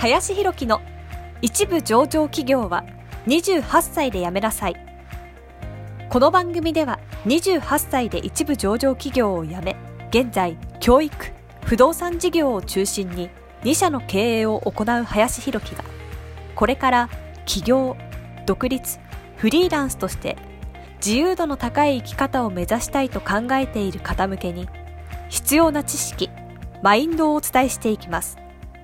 林弘樹の一部上場企業は28歳で辞めなさい。この番組では28歳で一部上場企業を辞め、現在教育、不動産事業を中心に2社の経営を行う林弘樹が、これから起業、独立、フリーランスとして自由度の高い生き方を目指したいと考えている方向けに必要な知識、マインドをお伝えしていきます。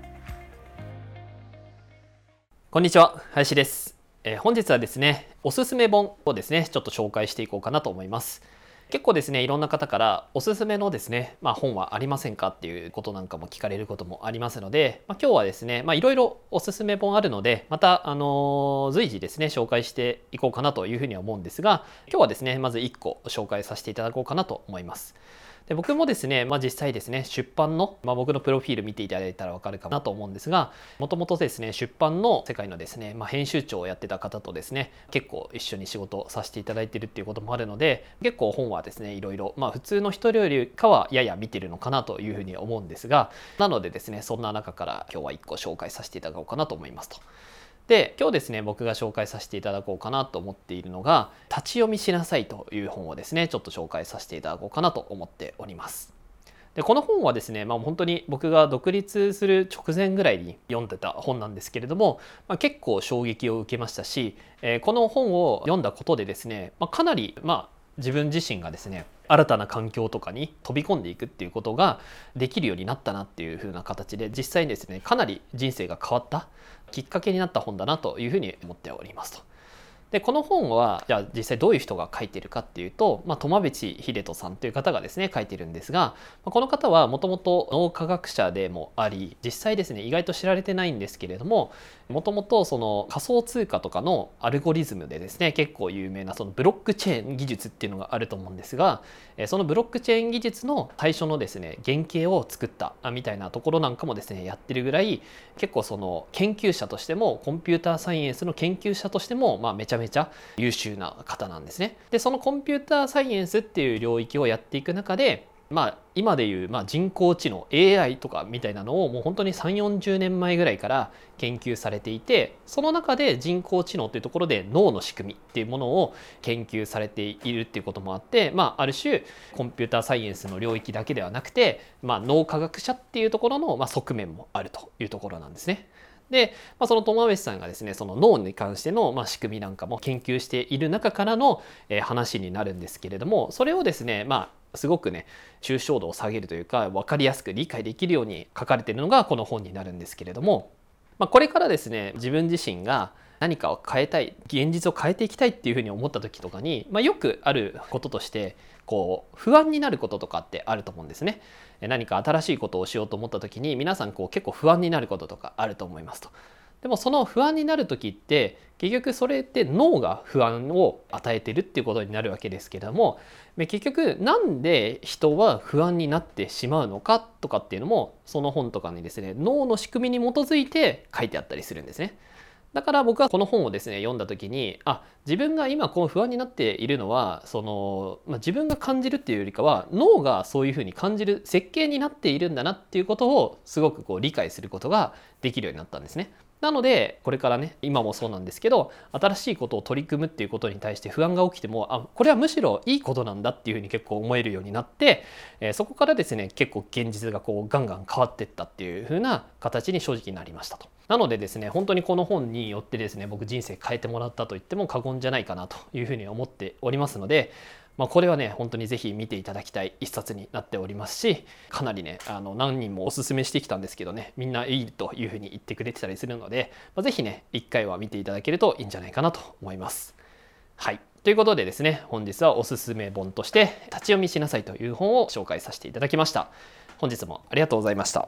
こんにちは、林です。本日はですね、おすすめ本をですね、ちょっと紹介していこうかなと思います。結構ですね、いろんな方からおすすめのですね、本はありませんかっていうことなんかも聞かれることもありますので、今日はですね、いろいろおすすめ本あるので、また随時ですね、紹介していこうかなというふうには思うんですが、今日はですね、まず1個紹介させていただこうかなと思います。で、僕もですね、実際ですね、出版の、僕のプロフィール見ていただいたらわかるかなと思うんですが、もともとですね、出版の世界のですね、編集長をやってた方とですね、結構一緒に仕事をさせていただいているっていうこともあるので、結構本はですね、いろいろ、普通の人よりかはやや見てるのかなというふうに思うんですが、なのでですね、そんな中から今日は1個紹介させていただこうかなと思いますと。で、今日ですね、僕が紹介させていただこうかなと思っているのが、立ち読みしなさいという本をですね、ちょっと紹介させていただこうかなと思っております。で、この本はですね、本当に僕が独立する直前ぐらいに読んでた本なんですけれども、結構衝撃を受けましたし、この本を読んだことでですね、かなり自分自身がですね、新たな環境とかに飛び込んでいくっていうことができるようになったなっていう風な形で、実際にですね、かなり人生が変わったきっかけになった本だなというふうに思っておりますと。で、この本はじゃあ実際どういう人が書いているかっていうと、苫米地秀人さんという方がですね書いているんですが、この方はもともと脳科学者でもあり、実際ですね意外と知られてないんですけれども、もともとその仮想通貨とかのアルゴリズムでですね結構有名なそのブロックチェーン技術っていうのがあると思うんですが、そのブロックチェーン技術の最初のですね原型を作ったみたいなところなんかもですねやってるぐらい、結構その研究者としてもコンピューターサイエンスの研究者としてもめちゃめちゃ優秀な方なんですね。で、そのコンピューターサイエンスっていう領域をやっていく中で、今でいう人工知能 AI とかみたいなのをもう本当に3、40年前ぐらいから研究されていて、その中で人工知能というところで脳の仕組みっていうものを研究されているっていうこともあって、ある種コンピューターサイエンスの領域だけではなくて、脳科学者っていうところの側面もあるというところなんですね。で、その苫米さんがですね、その脳に関しての仕組みなんかも研究している中からの話になるんですけれども、それをですね、すごくね、抽象度を下げるというか、分かりやすく理解できるように書かれているのがこの本になるんですけれども、これからですね、自分自身が何かを変えたい、現実を変えていきたいっていうふうに思った時とかに、よくあることとして不安になることとかってあると思うんですね。何か新しいことをしようと思った時に皆さん結構不安になることとかあると思いますと。でもその不安になる時って結局それって脳が不安を与えてるっていうことになるわけですけれども、結局なんで人は不安になってしまうのかとかっていうのもその本とかにですね脳の仕組みに基づいて書いてあったりするんですね。だから僕はこの本をですね読んだ時に、自分が今不安になっているのは自分が感じるっていうよりかは脳がそういうふうに感じる設計になっているんだなっていうことをすごく理解することができるようになったんですね。なのでこれからね、今もそうなんですけど、新しいことを取り組むっていうことに対して不安が起きても、これはむしろいいことなんだっていうふうに結構思えるようになって、そこからですね結構現実がガンガン変わっていったっていうふうな形に正直なりましたと。なのでですね、本当にこの本によってですね僕人生変えてもらったと言っても過言じゃないかなというふうに思っておりますので、これはね本当にぜひ見ていただきたい一冊になっておりますし、かなりね何人もおすすめしてきたんですけどね、みんないいというふうに言ってくれてたりするので、ぜひね一回は見ていただけるといいんじゃないかなと思います。はい、ということでですね、本日はおすすめ本として立ち読みしなさいという本を紹介させていただきました。本日もありがとうございました。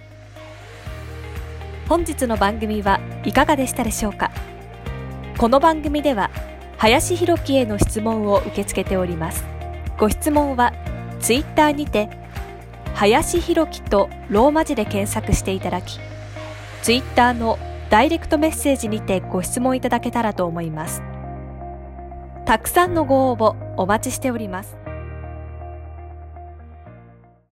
本日の番組はいかがでしたでしょうか。この番組では林弘樹への質問を受け付けております。ご質問はツイッターにて林弘樹とローマ字で検索していただき、ツイッターのダイレクトメッセージにてご質問いただけたらと思います。たくさんのご応募お待ちしております。